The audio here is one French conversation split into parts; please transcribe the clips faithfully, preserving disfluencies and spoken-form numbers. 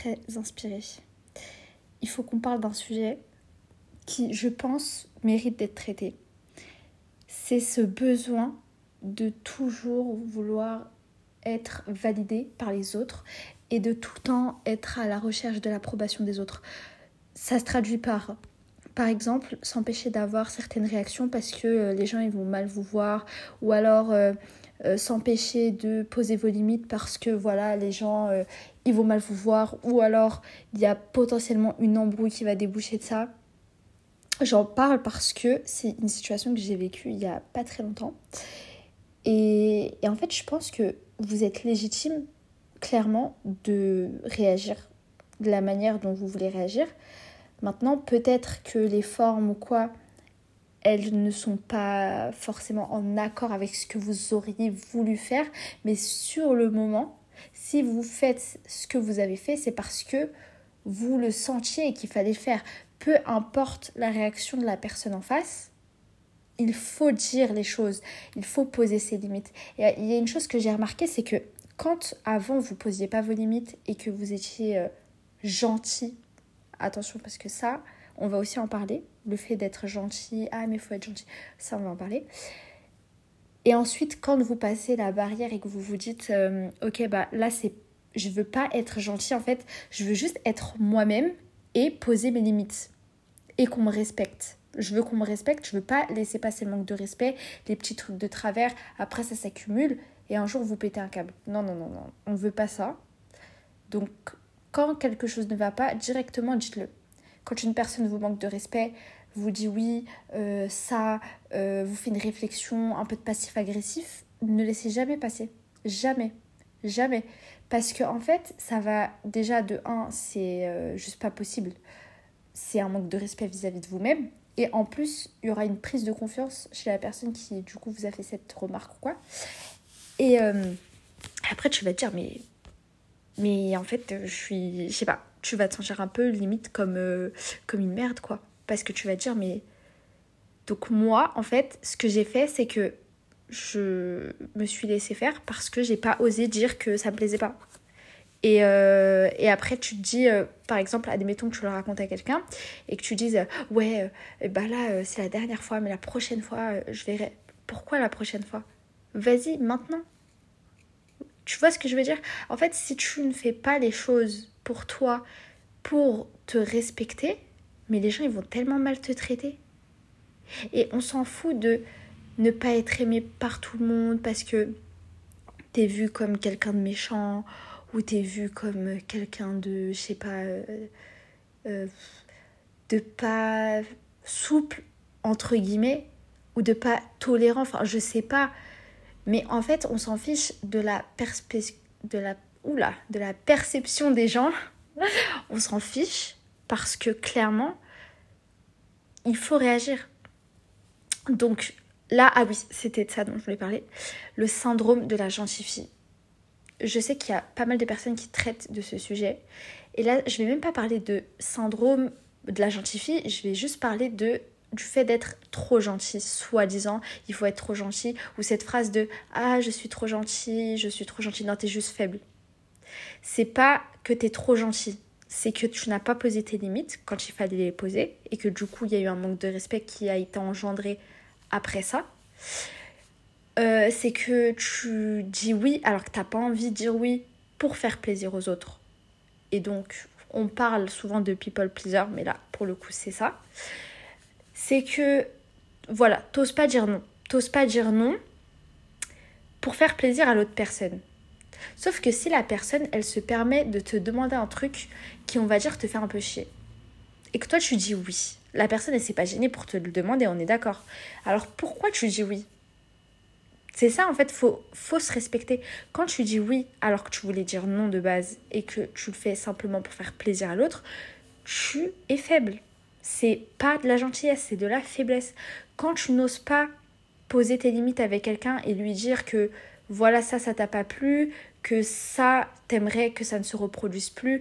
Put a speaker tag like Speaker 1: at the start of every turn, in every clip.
Speaker 1: très inspirée. Il faut qu'on parle d'un sujet qui, je pense, mérite d'être traité. C'est ce besoin de toujours vouloir être validé par les autres et de tout le temps être à la recherche de l'approbation des autres. Ça se traduit par, par exemple, s'empêcher d'avoir certaines réactions parce que les gens ils vont mal vous voir, ou alors euh, euh, s'empêcher de poser vos limites parce que voilà, les gens euh, ils vont mal vous voir, ou alors il y a potentiellement une embrouille qui va déboucher de ça. J'en parle parce que c'est une situation que j'ai vécue il y a pas très longtemps. Et, et en fait, je pense que vous êtes légitime, clairement, de réagir de la manière dont vous voulez réagir. Maintenant, peut-être que les formes ou quoi, elles ne sont pas forcément en accord avec ce que vous auriez voulu faire. Mais sur le moment, si vous faites ce que vous avez fait, c'est parce que vous le sentiez et qu'il fallait le faire. Peu importe la réaction de la personne en face, il faut dire les choses, il faut poser ses limites. Et il y a une chose que j'ai remarqué, c'est que quand avant vous posiez pas vos limites et que vous étiez euh, gentil, attention parce que ça, on va aussi en parler, le fait d'être gentil, ah mais il faut être gentil, ça on va en parler. Et ensuite, quand vous passez la barrière et que vous vous dites, euh, ok bah là c'est, je veux pas être gentil en fait, je veux juste être moi-même et poser mes limites et qu'on me respecte. Je veux qu'on me respecte, je veux pas laisser passer le manque de respect, les petits trucs de travers, après ça s'accumule et un jour vous pétez un câble. Non, non, non, non, on veut pas ça. Donc, quand quelque chose ne va pas, directement dites-le. Quand une personne vous manque de respect, vous dit oui, euh, ça, euh, vous fait une réflexion, un peu de passif-agressif, ne laissez jamais passer. Jamais. Jamais. Parce que en fait, ça va déjà de un, c'est euh, juste pas possible. C'est un manque de respect vis-à-vis de vous-même. Et en plus, il y aura une prise de confiance chez la personne qui, du coup, vous a fait cette remarque ou quoi. Et euh, après, tu vas te dire, mais, mais en fait, je suis... Je sais pas, tu vas te sentir un peu limite comme, euh, comme une merde, quoi. Parce que tu vas te dire, mais... Donc moi, en fait, ce que j'ai fait, c'est que je me suis laissée faire parce que j'ai pas osé dire que ça me plaisait pas. Et, euh, et après, tu te dis, euh, par exemple, admettons que tu le racontes à quelqu'un et que tu dises, euh, ouais, euh, bah là, euh, c'est la dernière fois, mais la prochaine fois, euh, je verrai. Pourquoi la prochaine fois ? Vas-y, maintenant. Tu vois ce que je veux dire ? En fait, si tu ne fais pas les choses pour toi, pour te respecter, mais les gens, ils vont tellement mal te traiter. Et on s'en fout de ne pas être aimé par tout le monde parce que t'es vu comme quelqu'un de méchant ou t'es vu comme quelqu'un de, je sais pas, euh, euh, de pas souple, entre guillemets, ou de pas tolérant, enfin, je sais pas. Mais en fait, on s'en fiche de la, perspe- de la, oula, de la perception des gens. On s'en fiche parce que clairement, il faut réagir. Donc là, ah oui, c'était de ça dont je voulais parler. Le syndrome de la gentille fille. Je sais qu'il y a pas mal de personnes qui traitent de ce sujet. Et là, je vais même pas parler de syndrome de la gentille fille, je vais juste parler de, du fait d'être trop gentil, soi-disant, il faut être trop gentil, ou cette phrase de « Ah, je suis trop gentil, je suis trop gentil », non, t'es juste faible. C'est pas que t'es trop gentil, c'est que tu n'as pas posé tes limites quand il fallait les poser, et que du coup, il y a eu un manque de respect qui a été engendré après ça. Euh, c'est que tu dis oui alors que t'as pas envie de dire oui pour faire plaisir aux autres. Et donc, on parle souvent de people pleaser, mais là, pour le coup, c'est ça. C'est que, voilà, t'oses pas dire non. T'oses pas dire non pour faire plaisir à l'autre personne. Sauf que si la personne, elle se permet de te demander un truc qui, on va dire, te fait un peu chier, et que toi, tu dis oui, la personne, elle s'est pas gênée pour te le demander, on est d'accord. Alors, pourquoi tu dis oui ? C'est ça, en fait, faut, faut se respecter. Quand tu dis oui alors que tu voulais dire non de base et que tu le fais simplement pour faire plaisir à l'autre, tu es faible. C'est pas de la gentillesse, c'est de la faiblesse. Quand tu n'oses pas poser tes limites avec quelqu'un et lui dire que voilà, ça, ça t'a pas plu, que ça, t'aimerais que ça ne se reproduise plus,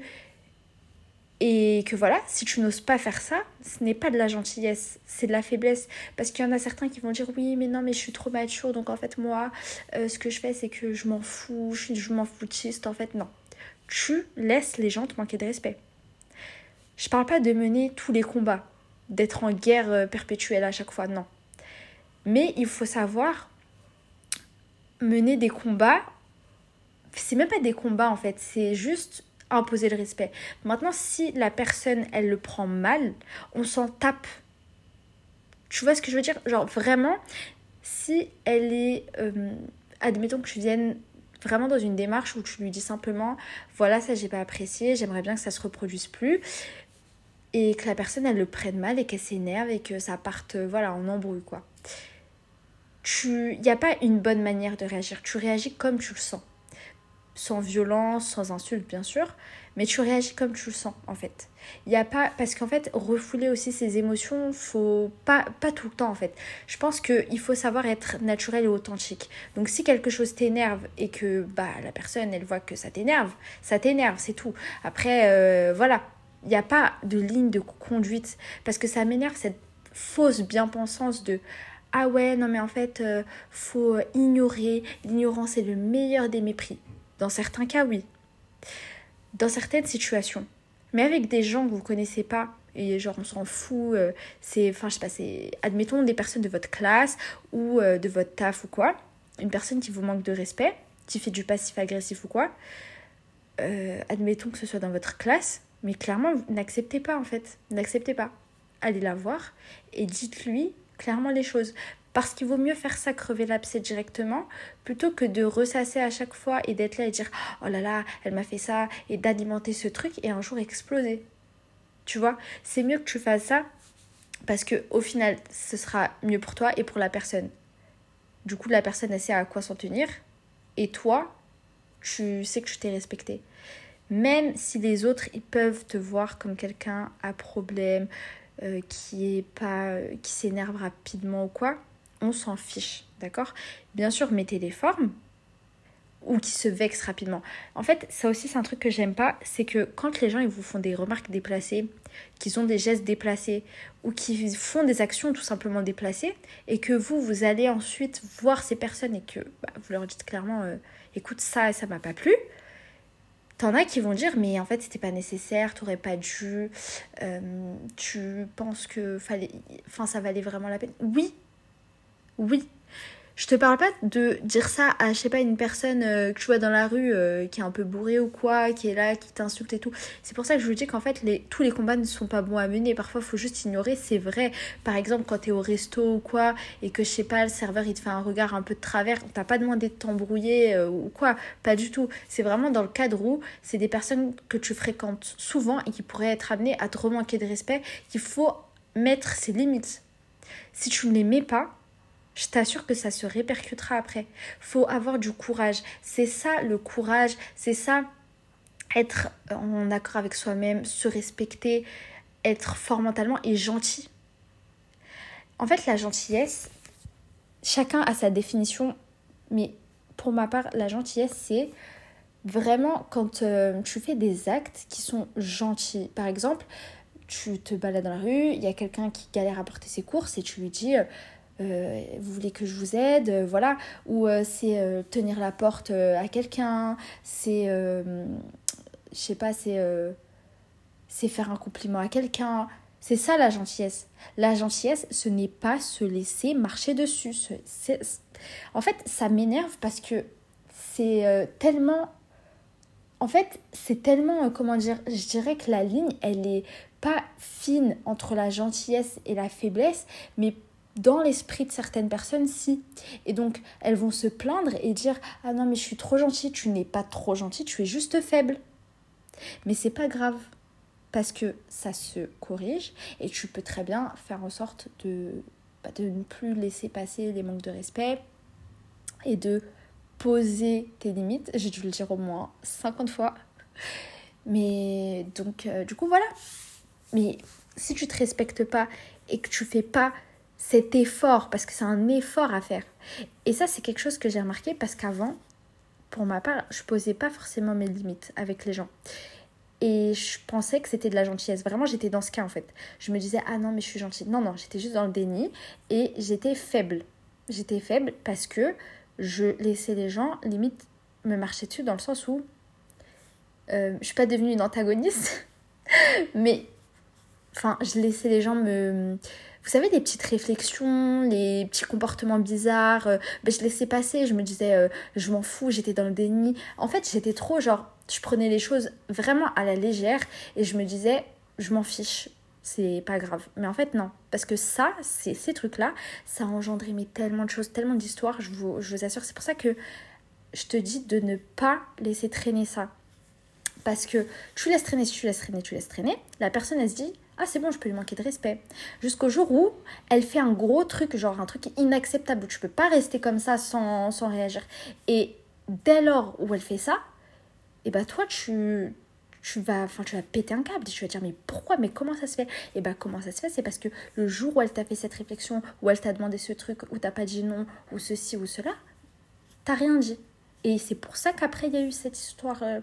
Speaker 1: et que voilà, si tu n'oses pas faire ça, ce n'est pas de la gentillesse, c'est de la faiblesse. Parce qu'il y en a certains qui vont dire oui, mais non, mais je suis trop mature, donc en fait, moi, euh, ce que je fais, c'est que je m'en fous, je, je m'en foutiste. En fait, non. tu laisses les gens te manquer de respect. Je parle pas de mener tous les combats, d'être en guerre perpétuelle à chaque fois, non. Mais il faut savoir mener des combats. C'est même pas des combats en fait, c'est juste imposer le respect. Maintenant, si la personne, elle le prend mal, on s'en tape. Tu vois ce que je veux dire? Genre vraiment, si elle est... Euh, admettons que tu viennes vraiment dans une démarche où tu lui dis simplement « Voilà, ça j'ai pas apprécié, j'aimerais bien que ça se reproduise plus. » Et que la personne, elle le prenne mal et qu'elle s'énerve et que ça parte voilà, en embrouille, quoi. Il n'y a pas une bonne manière de réagir. Tu réagis comme tu le sens. Sans violence, sans insulte, bien sûr. Mais tu réagis comme tu le sens, en fait. Il y a pas... Parce qu'en fait, refouler aussi ses émotions, faut pas, pas tout le temps, en fait. Je pense qu'il faut savoir être naturel et authentique. Donc, si quelque chose t'énerve et que bah, la personne, elle voit que ça t'énerve, ça t'énerve, c'est tout. Après, euh, voilà. Il n'y a pas de ligne de conduite. Parce que ça m'énerve, cette fausse bien-pensance de... Ah ouais, non mais en fait, euh, faut ignorer. L'ignorance est le meilleur des mépris. Dans certains cas, oui. Dans certaines situations. Mais avec des gens que vous ne connaissez pas, et genre on s'en fout, euh, c'est, enfin je sais pas, c'est, admettons des personnes de votre classe ou euh, de votre taf ou quoi, une personne qui vous manque de respect, qui fait du passif-agressif ou quoi, euh, admettons que ce soit dans votre classe, mais clairement, n'acceptez pas en fait, n'acceptez pas. Allez la voir et dites-lui clairement les choses. Parce qu'il vaut mieux faire ça, crever l'abcès directement, plutôt que de ressasser à chaque fois et d'être là et dire « Oh là là, elle m'a fait ça » et d'alimenter ce truc et un jour exploser. Tu vois, c'est mieux que tu fasses ça parce qu'au final, ce sera mieux pour toi et pour la personne. Du coup, la personne, elle sait à quoi s'en tenir et toi, tu sais que tu t'es respecté. Même si les autres, ils peuvent te voir comme quelqu'un à problème, euh, qui est pas, euh, qui s'énerve rapidement ou quoi, on s'en fiche, d'accord? Bien sûr, mettez les formes ou qui se vexent rapidement. En fait, ça aussi, c'est un truc que j'aime pas, c'est que quand les gens ils vous font des remarques déplacées, qu'ils ont des gestes déplacés ou qu'ils font des actions tout simplement déplacées et que vous, vous allez ensuite voir ces personnes et que bah, vous leur dites clairement euh, écoute, ça, ça m'a pas plu. T'en as qui vont dire mais en fait c'était pas nécessaire, t'aurais pas dû, euh, tu penses que fallait, enfin ça valait vraiment la peine. Oui, oui. Je te parle pas de dire ça à, je sais pas, une personne euh, que tu vois dans la rue euh, qui est un peu bourrée ou quoi, qui est là, qui t'insulte et tout. C'est pour ça que je vous dis qu'en fait, les, tous les combats ne sont pas bons à mener. Parfois, il faut juste ignorer, c'est vrai. Par exemple, quand t'es au resto ou quoi, et que, je sais pas, le serveur, il te fait un regard un peu de travers, t'as pas demandé de t'embrouiller euh, ou quoi. Pas du tout. C'est vraiment dans le cadre où c'est des personnes que tu fréquentes souvent et qui pourraient être amenées à te remanquer de respect, qu'il faut mettre ses limites. Si tu ne les mets pas, je t'assure que ça se répercutera après. Faut avoir du courage. C'est ça le courage. C'est ça être en accord avec soi-même, se respecter, être fort mentalement et gentil. En fait, la gentillesse, chacun a sa définition. Mais pour ma part, la gentillesse, c'est vraiment quand euh, tu fais des actes qui sont gentils. Par exemple, tu te balades dans la rue, il y a quelqu'un qui galère à porter ses courses et tu lui dis... Euh, vous voulez que je vous aide, euh, voilà, ou euh, c'est euh, tenir la porte euh, à quelqu'un, c'est, euh, je sais pas, c'est, euh, c'est faire un compliment à quelqu'un. C'est ça la gentillesse. La gentillesse, ce n'est pas se laisser marcher dessus. C'est, c'est... En fait, ça m'énerve parce que c'est euh, tellement... En fait, c'est tellement, euh, comment dire, je dirais que la ligne, elle est pas fine entre la gentillesse et la faiblesse, mais dans l'esprit de certaines personnes, si. Et donc, elles vont se plaindre et dire « Ah non, mais je suis trop gentille. » Tu n'es pas trop gentille, tu es juste faible. Mais c'est pas grave, parce que ça se corrige et tu peux très bien faire en sorte de, bah, de ne plus laisser passer les manques de respect et de poser tes limites. J'ai dû le dire au moins cinquante fois. Mais donc, euh, du coup, voilà. Mais si tu te respectes pas et que tu fais pas cet effort, parce que c'est un effort à faire. Et ça, c'est quelque chose que j'ai remarqué parce qu'avant, pour ma part, je posais pas forcément mes limites avec les gens. Et je pensais que c'était de la gentillesse. Vraiment, j'étais dans ce cas, en fait. Je me disais, ah non, mais je suis gentille. Non, non, j'étais juste dans le déni et j'étais faible. J'étais faible parce que je laissais les gens, limite, me marcher dessus dans le sens où Euh, je suis pas devenue une antagoniste, mais enfin, je laissais les gens me... Vous savez, les petites réflexions, les petits comportements bizarres, euh, ben, je laissais passer, je me disais, euh, je m'en fous, j'étais dans le déni. En fait, j'étais trop, genre, je prenais les choses vraiment à la légère et je me disais, je m'en fiche, c'est pas grave. Mais en fait, non. Parce que ça, c'est, ces trucs-là, ça a engendré mais tellement de choses, tellement d'histoires, je vous, je vous assure. C'est pour ça que je te dis de ne pas laisser traîner ça. Parce que tu laisses traîner, si tu laisses traîner, tu laisses traîner. La personne, elle se dit, ah c'est bon, je peux lui manquer de respect. Jusqu'au jour où elle fait un gros truc, genre un truc inacceptable, où tu peux pas rester comme ça sans, sans réagir. Et dès lors où elle fait ça, et bah toi, tu, tu, vas, enfin, tu vas péter un câble. Tu vas dire, mais pourquoi, mais comment ça se fait? Et bah comment ça se fait? C'est parce que le jour où elle t'a fait cette réflexion, où elle t'a demandé ce truc, où t'as pas dit non, ou ceci ou cela, t'as rien dit. Et c'est pour ça qu'après, il y a eu cette histoire... Euh,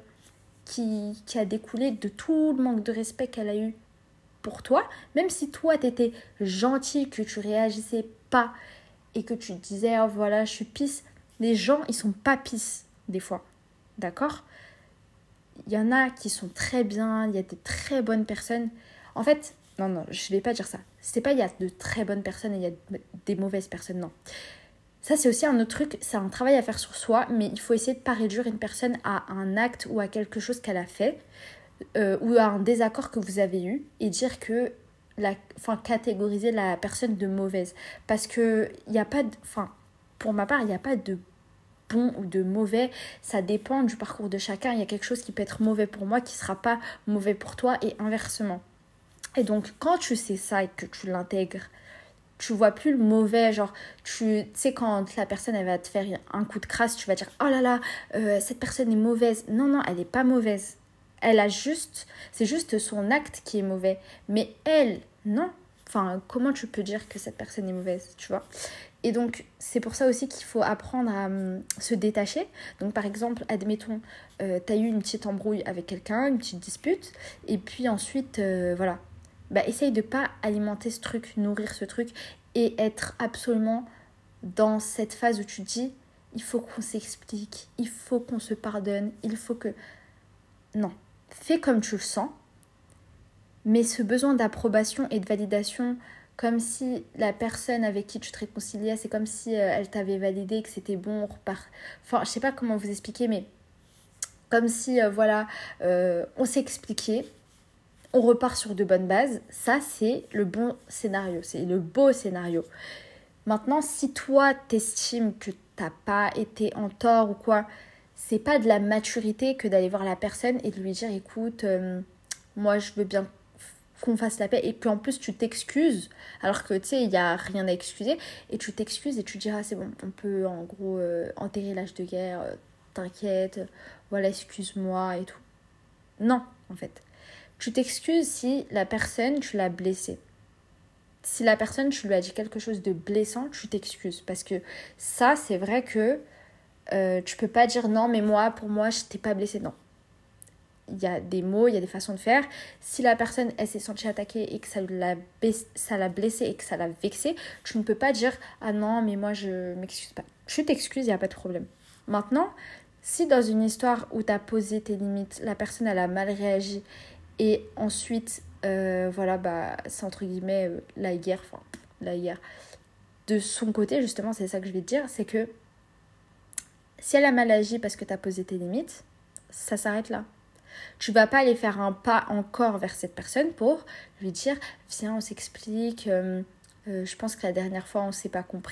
Speaker 1: Qui, qui a découlé de tout le manque de respect qu'elle a eu pour toi, même si toi t'étais gentil, que tu réagissais pas et que tu disais oh voilà je suis pisse, les gens ils sont pas pisses des fois, d'accord? Il y en a qui sont très bien, il y a des très bonnes personnes. En fait, non non, je vais pas dire ça. C'est pas il y a de très bonnes personnes et il y a des mauvaises personnes, non. Ça, c'est aussi un autre truc, c'est un travail à faire sur soi, mais il faut essayer de ne pas réduire une personne à un acte ou à quelque chose qu'elle a fait, euh, ou à un désaccord que vous avez eu, et dire que, la, enfin, catégoriser la personne de mauvaise. Parce que, il n'y a pas de, enfin, pour ma part, il n'y a pas de bon ou de mauvais, ça dépend du parcours de chacun. Il y a quelque chose qui peut être mauvais pour moi, qui ne sera pas mauvais pour toi, et inversement. Et donc, quand tu sais ça et que tu l'intègres, tu vois plus le mauvais, genre, tu sais, quand la personne, elle va te faire un coup de crasse, tu vas dire, oh là là, euh, cette personne est mauvaise. Non, non, elle n'est pas mauvaise. Elle a juste, c'est juste son acte qui est mauvais. Mais elle, non. Enfin, comment tu peux dire que cette personne est mauvaise, tu vois? Et donc, c'est pour ça aussi qu'il faut apprendre à um, se détacher. Donc, par exemple, admettons, euh, tu as eu une petite embrouille avec quelqu'un, une petite dispute, et puis ensuite, euh, voilà, bah, essaye de pas alimenter ce truc, nourrir ce truc et être absolument dans cette phase où tu te dis il faut qu'on s'explique, il faut qu'on se pardonne, il faut que... Non, fais comme tu le sens, mais ce besoin d'approbation et de validation, comme si la personne avec qui tu te réconciliais, c'est comme si euh, elle t'avait validé, que c'était bon, on repart... Enfin, je sais pas comment vous expliquer, mais comme si, euh, voilà, euh, on s'est expliqué, on repart sur de bonnes bases. Ça, c'est le bon scénario, c'est le beau scénario. Maintenant, si toi, t'estimes que t'as pas été en tort ou quoi, c'est pas de la maturité que d'aller voir la personne et de lui dire, écoute, euh, moi, je veux bien qu'on fasse la paix et qu'en plus, tu t'excuses, alors que, tu sais, il n'y a rien à excuser, et tu t'excuses et tu dis, ah, c'est bon, on peut, en gros, euh, enterrer l'âge de guerre, euh, t'inquiète, voilà, excuse-moi et tout. Non, en fait. Tu t'excuses si la personne, tu l'as blessée. Si la personne, tu lui as dit quelque chose de blessant, tu t'excuses. Parce que ça, c'est vrai que euh, tu peux pas dire non, mais moi, pour moi, je t'ai pas blessée. Non. Il y a des mots, il y a des façons de faire. Si la personne, elle s'est sentie attaquée et que ça l'a, baissé, ça l'a blessée et que ça l'a vexée, tu ne peux pas dire ah non, mais moi, je m'excuse pas. Tu t'excuses, il n'y a pas de problème. Maintenant, si dans une histoire où tu as posé tes limites, la personne, elle a mal réagi et ensuite, euh, voilà, bah, c'est entre guillemets euh, la guerre, enfin, la guerre. De son côté, justement, c'est ça que je vais te dire, c'est que si elle a mal agi parce que tu as posé tes limites, ça s'arrête là. Tu vas pas aller faire un pas encore vers cette personne pour lui dire « Viens, on s'explique, euh, euh, je pense que la dernière fois, on s'est pas compris. »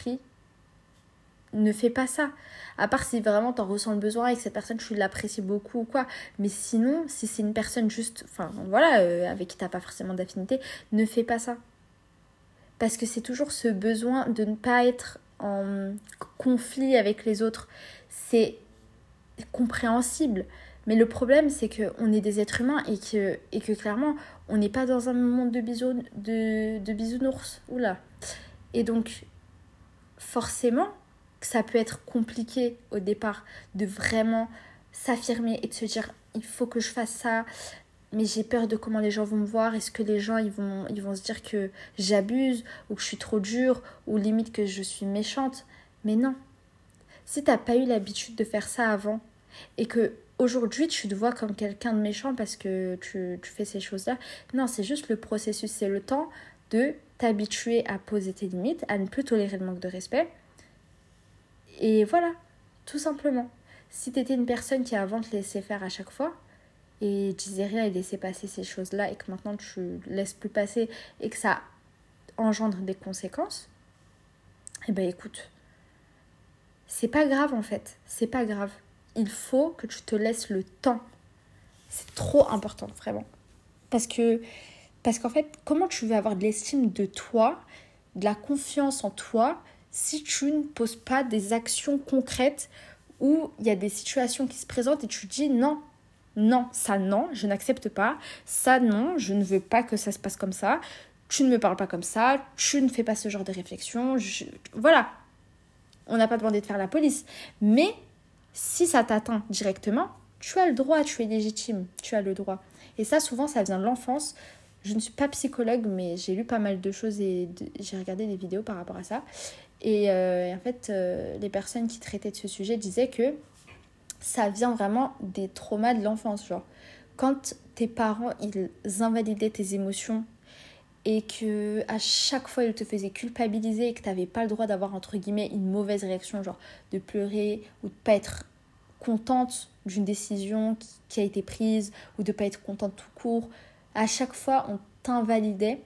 Speaker 1: Ne fais pas ça. À part si vraiment t'en ressens le besoin et que cette personne, tu l'apprécies beaucoup ou quoi. Mais sinon, si c'est une personne juste, enfin voilà, euh, avec qui t'as pas forcément d'affinité, ne fais pas ça. Parce que c'est toujours ce besoin de ne pas être en conflit avec les autres. C'est compréhensible. Mais le problème, c'est qu'on est des êtres humains et que, et que clairement, on n'est pas dans un monde de, bisoun, de, de bisounours. Oula. Et donc, forcément, ça peut être compliqué au départ de vraiment s'affirmer et de se dire il faut que je fasse ça, mais j'ai peur de comment les gens vont me voir. Est-ce que les gens ils vont, ils vont se dire que j'abuse ou que je suis trop dure ou limite que je suis méchante? Mais non. Si t'as pas eu l'habitude de faire ça avant et que aujourd'hui tu te vois comme quelqu'un de méchant parce que tu, tu fais ces choses-là. Non, c'est juste le processus, c'est le temps de t'habituer à poser tes limites, à ne plus tolérer le manque de respect. Et voilà, tout simplement. Si t'étais une personne qui avant te laissait faire à chaque fois et disais rien et laissais passer ces choses-là et que maintenant tu laisses plus passer et que ça engendre des conséquences, eh ben écoute, c'est pas grave en fait, c'est pas grave. Il faut que tu te laisses le temps. C'est trop important, vraiment. Parce que, parce qu'en fait, comment tu veux avoir de l'estime de toi, de la confiance en toi, si tu ne poses pas des actions concrètes où il y a des situations qui se présentent et tu dis non, non, ça non, je n'accepte pas, ça non, je ne veux pas que ça se passe comme ça, tu ne me parles pas comme ça, tu ne fais pas ce genre de réflexion, je... voilà. On n'a pas demandé de faire la police. Mais si ça t'atteint directement, tu as le droit, tu es légitime, tu as le droit. Et ça, souvent, ça vient de l'enfance. Je ne suis pas psychologue, mais j'ai lu pas mal de choses et de... j'ai regardé des vidéos par rapport à ça. Et, euh, et en fait, euh, les personnes qui traitaient de ce sujet disaient que ça vient vraiment des traumas de l'enfance. Genre, quand tes parents, ils invalidaient tes émotions et que à chaque fois il te faisait culpabiliser et que tu n'avais pas le droit d'avoir entre guillemets une mauvaise réaction, genre de pleurer ou de pas être contente d'une décision qui, qui a été prise ou de pas être contente tout court, à chaque fois on t'invalidait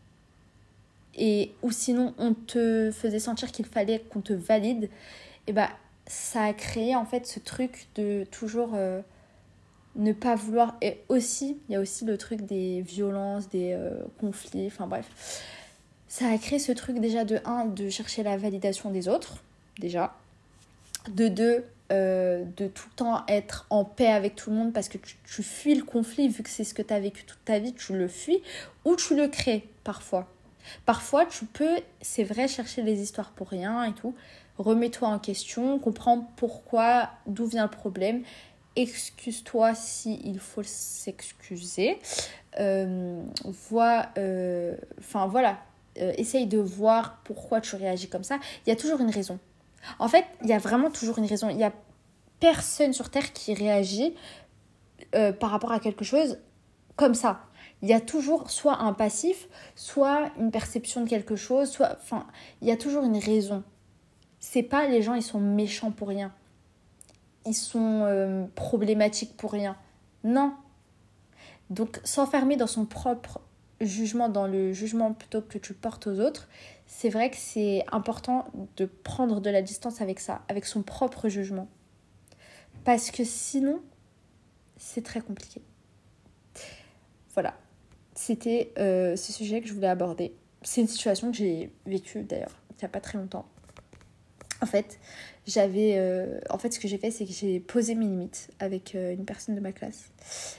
Speaker 1: et ou sinon on te faisait sentir qu'il fallait qu'on te valide, et bah ça a créé en fait ce truc de toujours euh, ne pas vouloir. Et aussi, il y a aussi le truc des violences, des euh, conflits, enfin bref. Ça a créé ce truc déjà de un, de chercher la validation des autres, déjà. De deux, euh, de tout le temps être en paix avec tout le monde parce que tu, tu fuis le conflit, vu que c'est ce que tu as vécu toute ta vie, tu le fuis ou tu le crées parfois. Parfois, tu peux, c'est vrai, chercher des histoires pour rien et tout. Remets-toi en question, comprends pourquoi, d'où vient le problème. Excuse-toi s'il faut s'excuser. Euh, vois, euh, enfin voilà, euh, essaye de voir pourquoi tu réagis comme ça. Il y a toujours une raison. En fait, il y a vraiment toujours une raison. Il n'y a personne sur Terre qui réagit euh, par rapport à quelque chose comme ça. Il y a toujours soit un passif, soit une perception de quelque chose, soit, enfin, il y a toujours une raison. C'est pas les gens, ils sont méchants pour rien. Ils sont euh, problématiques pour rien. Non. Donc, s'enfermer dans son propre jugement, dans le jugement plutôt que tu portes aux autres, c'est vrai que c'est important de prendre de la distance avec ça, avec son propre jugement. Parce que sinon, c'est très compliqué. Voilà. C'était euh, ce sujet que je voulais aborder. C'est une situation que j'ai vécue d'ailleurs il n'y a pas très longtemps. En fait, j'avais, euh, en fait, ce que j'ai fait, c'est que j'ai posé mes limites avec euh, une personne de ma classe.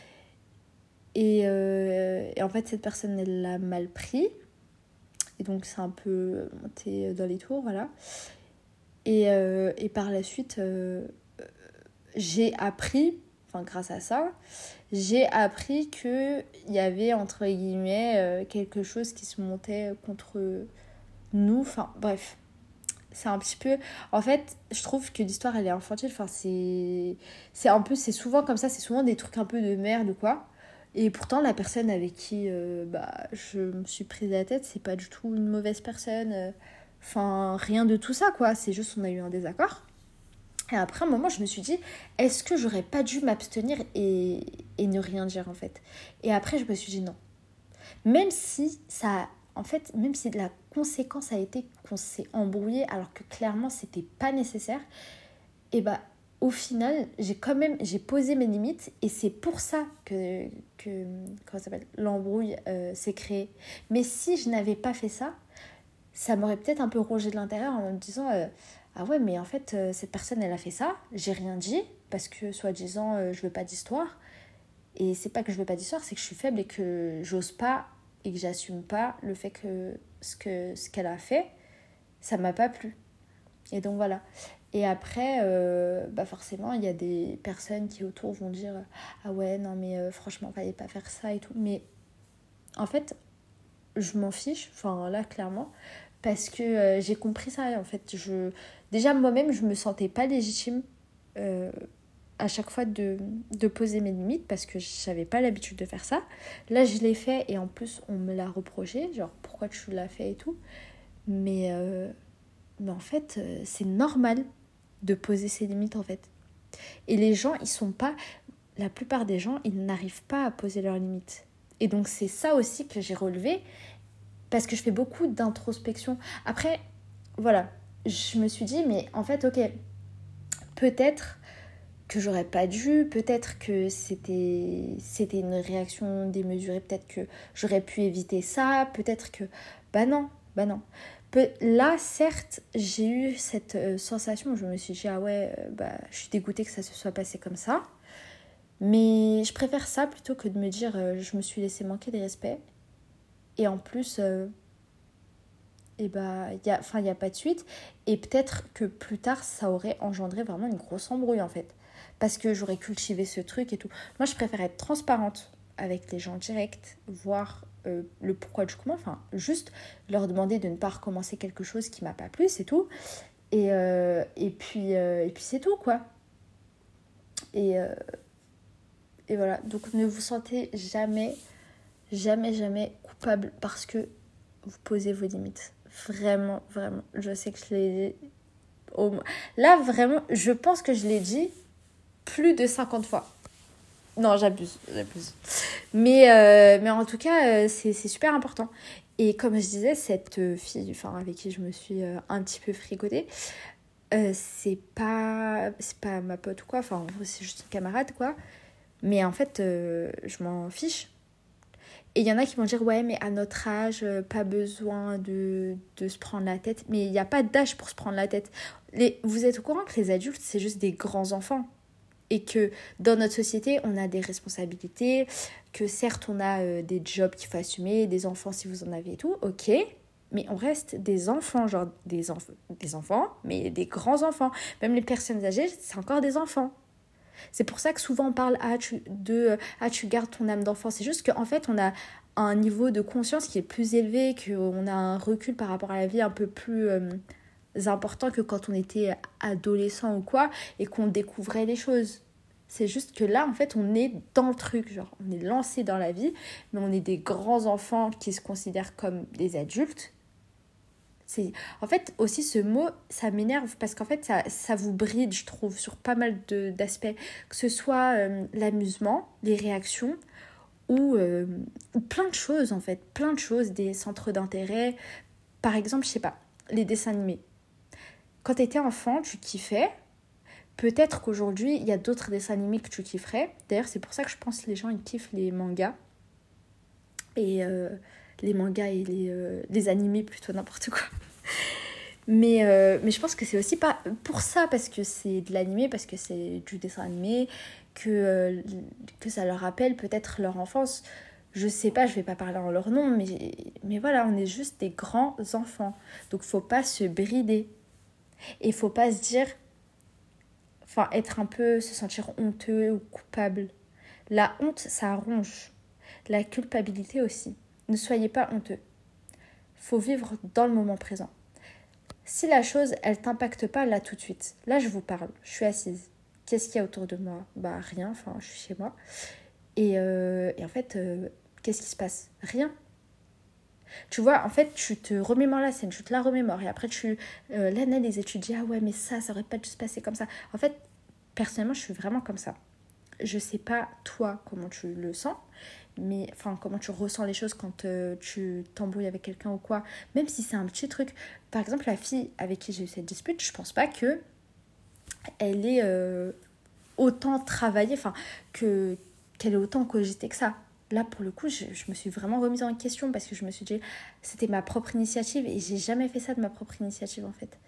Speaker 1: Et, euh, et en fait, cette personne, elle l'a mal pris. Et donc, c'est un peu monté dans les tours, voilà. Et, euh, et par la suite, euh, j'ai appris, enfin grâce à ça, j'ai appris qu'il y avait, entre guillemets, euh, quelque chose qui se montait contre nous. Enfin, bref. C'est un petit peu... En fait, je trouve que l'histoire, elle est infantile. Enfin, c'est... C'est un peu... C'est souvent comme ça. C'est souvent des trucs un peu de merde ou quoi. Et pourtant, la personne avec qui euh, bah, je me suis prise la tête, c'est pas du tout une mauvaise personne. Enfin, rien de tout ça, quoi. C'est juste qu'on a eu un désaccord. Et après, un moment, je me suis dit, est-ce que j'aurais pas dû m'abstenir et, et ne rien dire, en fait. Et après, je me suis dit non. Même si ça... En fait, même si la conséquence a été qu'on s'est embrouillé alors que clairement, c'était pas nécessaire, et bah, au final, j'ai quand même... J'ai posé mes limites et c'est pour ça que... que comment ça s'appelle, l'embrouille euh, s'est créée. Mais si je n'avais pas fait ça, ça m'aurait peut-être un peu rongé de l'intérieur en me disant... Euh, ah ouais, mais en fait, euh, cette personne, elle a fait ça, j'ai rien dit, parce que, soi-disant, euh, je veux pas d'histoire. Et c'est pas que je veux pas d'histoire, c'est que je suis faible et que j'ose pas et que j'assume pas le fait que ce, que, ce qu'elle a fait, ça m'a pas plu. Et donc voilà. Et après, euh, bah forcément, il y a des personnes qui autour vont dire « Ah ouais, non mais euh, franchement, fallait pas faire ça et tout. » Mais en fait, je m'en fiche, enfin là, clairement, parce que euh, j'ai compris ça, en fait. Je... Déjà, moi-même, je me sentais pas légitime euh, à chaque fois de, de poser mes limites parce que j'avais pas l'habitude de faire ça. Là, je l'ai fait et en plus, on me l'a reproché. Genre, pourquoi tu l'as fait et tout. Mais, euh, mais en fait, euh, c'est normal de poser ses limites, en fait. Et les gens, ils sont pas... La plupart des gens, ils n'arrivent pas à poser leurs limites. Et donc, c'est ça aussi que j'ai relevé parce que je fais beaucoup d'introspection. Après, voilà, je me suis dit, mais en fait, ok, peut-être que j'aurais pas dû, peut-être que c'était, c'était une réaction démesurée, peut-être que j'aurais pu éviter ça, peut-être que... Bah non, bah non. Peu... Là, certes, j'ai eu cette euh, sensation où je me suis dit, ah ouais, euh, bah, je suis dégoûtée que ça se soit passé comme ça. Mais je préfère ça plutôt que de me dire, euh, je me suis laissé manquer de respect. Et en plus... Euh, et bah, il n'y a, enfin, y a pas de suite. Et peut-être que plus tard, ça aurait engendré vraiment une grosse embrouille, en fait. Parce que j'aurais cultivé ce truc et tout. Moi, je préfère être transparente avec les gens directs, voir euh, le pourquoi du comment. Enfin, juste leur demander de ne pas recommencer quelque chose qui m'a pas plu, c'est tout. Et, euh, et, puis, euh, et puis, c'est tout, quoi. Et, euh, et voilà. Donc, ne vous sentez jamais, jamais, jamais coupable parce que vous posez vos limites. Vraiment, vraiment. Je sais que je l'ai dit. Au... Là, vraiment, je pense que je l'ai dit plus de cinquante fois. Non, j'abuse, j'abuse. Mais, euh, mais en tout cas, euh, c'est, c'est super important. Et comme je disais, cette fille, enfin, avec qui je me suis euh, un petit peu fricotée, euh, c'est pas, c'est pas ma pote ou quoi. Enfin, c'est juste une camarade, quoi. Mais en fait, euh, je m'en fiche. Et il y en a qui vont dire, ouais, mais à notre âge, euh, pas besoin de, de se prendre la tête. Mais il n'y a pas d'âge pour se prendre la tête. Les, vous êtes au courant que les adultes, c'est juste des grands enfants. Et que dans notre société, on a des responsabilités. Que certes, on a euh, des jobs qu'il faut assumer, des enfants si vous en avez et tout. Ok, mais on reste des enfants, genre des, enf- des enfants, mais des grands enfants. Même les personnes âgées, c'est encore des enfants. C'est pour ça que souvent on parle ah, tu, de ah, tu gardes ton âme d'enfant. C'est juste qu'en fait, on a un niveau de conscience qui est plus élevé, qu'on a un recul par rapport à la vie un peu plus euh, important que quand on était adolescent ou quoi, et qu'on découvrait les choses. C'est juste que là, en fait, on est dans le truc. Genre, on est lancé dans la vie, mais on est des grands enfants qui se considèrent comme des adultes. C'est... En fait, aussi, ce mot, ça m'énerve parce qu'en fait, ça, ça vous bride, je trouve, sur pas mal de, d'aspects. Que ce soit euh, l'amusement, les réactions ou, euh, ou plein de choses, en fait. Plein de choses, des centres d'intérêt. Par exemple, je sais pas, les dessins animés. Quand t'étais enfant, tu kiffais. Peut-être qu'aujourd'hui, il y a d'autres dessins animés que tu kifferais. D'ailleurs, c'est pour ça que je pense que les gens, ils kiffent les mangas. Et... Euh, les mangas et les, euh, les animés, plutôt n'importe quoi. Mais, euh, mais je pense que c'est aussi pas pour ça, parce que c'est de l'animé, parce que c'est du dessin animé, que, euh, que ça leur rappelle peut-être leur enfance. Je sais pas, je vais pas parler en leur nom, mais, mais voilà, on est juste des grands enfants. Donc faut pas se brider. Et faut pas se dire... Enfin, être un peu... se sentir honteux ou coupable. La honte, ça ronge. La culpabilité aussi. Ne soyez pas honteux. Faut vivre dans le moment présent. Si la chose, elle t'impacte pas là tout de suite, là je vous parle, je suis assise. Qu'est-ce qu'il y a autour de moi ? Bah rien, enfin je suis chez moi. Et, euh, et en fait, euh, qu'est-ce qui se passe ? Rien. Tu vois, en fait, tu te remémores la scène, tu te la remémores et après tu euh, l'analyses et tu te dis ah ouais mais ça, ça aurait pas dû se passer comme ça. En fait, personnellement, je suis vraiment comme ça. Je sais pas toi comment tu le sens. Mais enfin comment tu ressens les choses quand euh, tu t'embrouilles avec quelqu'un ou quoi, même si c'est un petit truc. Par exemple, la fille avec qui j'ai eu cette dispute, je pense pas que elle ait euh, autant travaillé, enfin que qu'elle ait autant cogité que ça. Là pour le coup je, je me suis vraiment remise en question parce que je me suis dit c'était ma propre initiative et j'ai jamais fait ça de ma propre initiative en fait.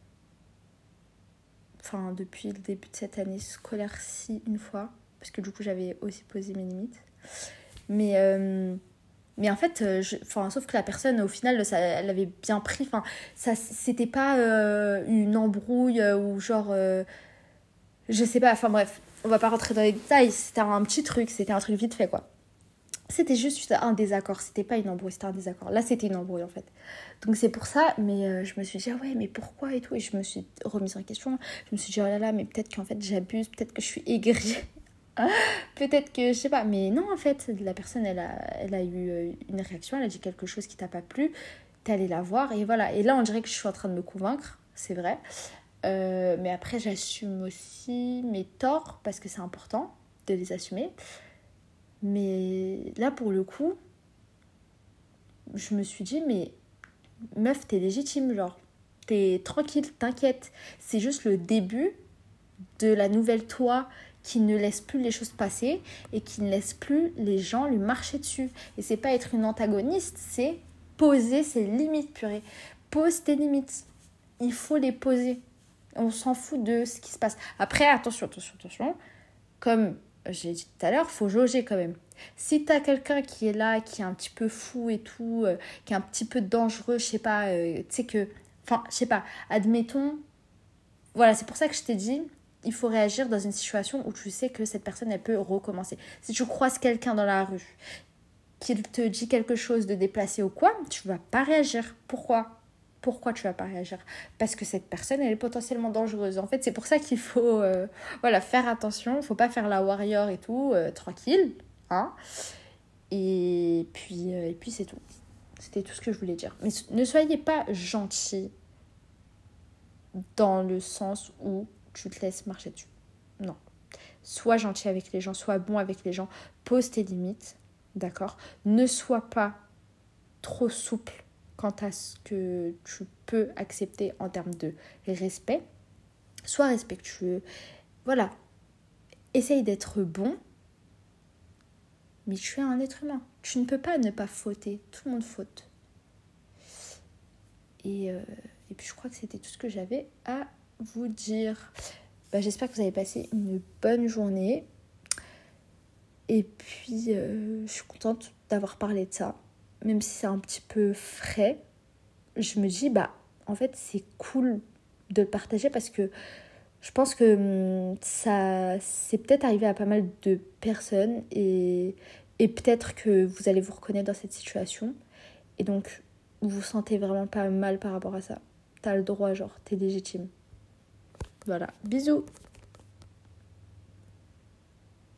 Speaker 1: Enfin depuis le début de cette année scolaire-ci une fois, parce que du coup j'avais aussi posé mes limites. Mais, euh, mais en fait, je, sauf que la personne, au final, ça, elle avait bien pris. Enfin, ça, c'était pas euh, une embrouille euh, ou genre... Euh, je sais pas, enfin bref, on va pas rentrer dans les détails. C'était un petit truc, c'était un truc vite fait, quoi. C'était juste un désaccord, c'était pas une embrouille, c'était un désaccord. Là, c'était une embrouille en fait. Donc c'est pour ça, mais euh, je me suis dit, ah ouais, mais pourquoi et tout. Et je me suis remise en question. Je me suis dit, oh là là, mais peut-être qu'en fait j'abuse, peut-être que je suis aigrie. Peut-être que, je sais pas, mais non, en fait, la personne, elle a, elle a eu une réaction, elle a dit quelque chose qui t'a pas plu, t'es allé la voir, et voilà. Et là, on dirait que je suis en train de me convaincre, c'est vrai. Euh, mais après, j'assume aussi mes torts, parce que c'est important de les assumer. Mais là, pour le coup, je me suis dit, mais meuf, t'es légitime, genre. T'es tranquille, t'inquiète. C'est juste le début de la nouvelle toi qui ne laisse plus les choses passer et qui ne laisse plus les gens lui marcher dessus. Et c'est pas être une antagoniste, c'est poser ses limites, purée. Pose tes limites. Il faut les poser. On s'en fout de ce qui se passe. Après, attention, attention, attention. Comme j'ai dit tout à l'heure, faut jauger quand même. Si t'as quelqu'un qui est là, qui est un petit peu fou et tout, euh, qui est un petit peu dangereux, je sais pas, euh, tu sais que... Enfin, je sais pas, admettons... Voilà, c'est pour ça que je t'ai dit, il faut réagir dans une situation où tu sais que cette personne, elle peut recommencer. Si tu croises quelqu'un dans la rue, qu'il te dit quelque chose de déplacé ou quoi, tu vas pas réagir. Pourquoi ? Pourquoi tu vas pas réagir ? Parce que cette personne, elle est potentiellement dangereuse. En fait, c'est pour ça qu'il faut euh, voilà, faire attention. Il faut pas faire la warrior et tout, euh, tranquille. Hein, et puis, euh, et puis c'est tout. C'était tout ce que je voulais dire. Mais ne soyez pas gentils dans le sens où tu te laisses marcher dessus. Non. Sois gentil avec les gens, sois bon avec les gens. Pose tes limites, d'accord ? Ne sois pas trop souple quant à ce que tu peux accepter en termes de respect. Sois respectueux. Voilà. Essaye d'être bon. Mais tu es un être humain. Tu ne peux pas ne pas fauter. Tout le monde faute. Et, euh, et puis je crois que c'était tout ce que j'avais à vous dire. Bah, j'espère que vous avez passé une bonne journée. Et puis euh, je suis contente d'avoir parlé de ça. Même si c'est un petit peu frais. Je me dis, bah en fait c'est cool de le partager parce que je pense que ça c'est peut-être arrivé à pas mal de personnes et, et peut-être que vous allez vous reconnaître dans cette situation. Et donc, vous vous sentez vraiment pas mal par rapport à ça. T'as le droit, genre, t'es légitime. Voilà, bisous.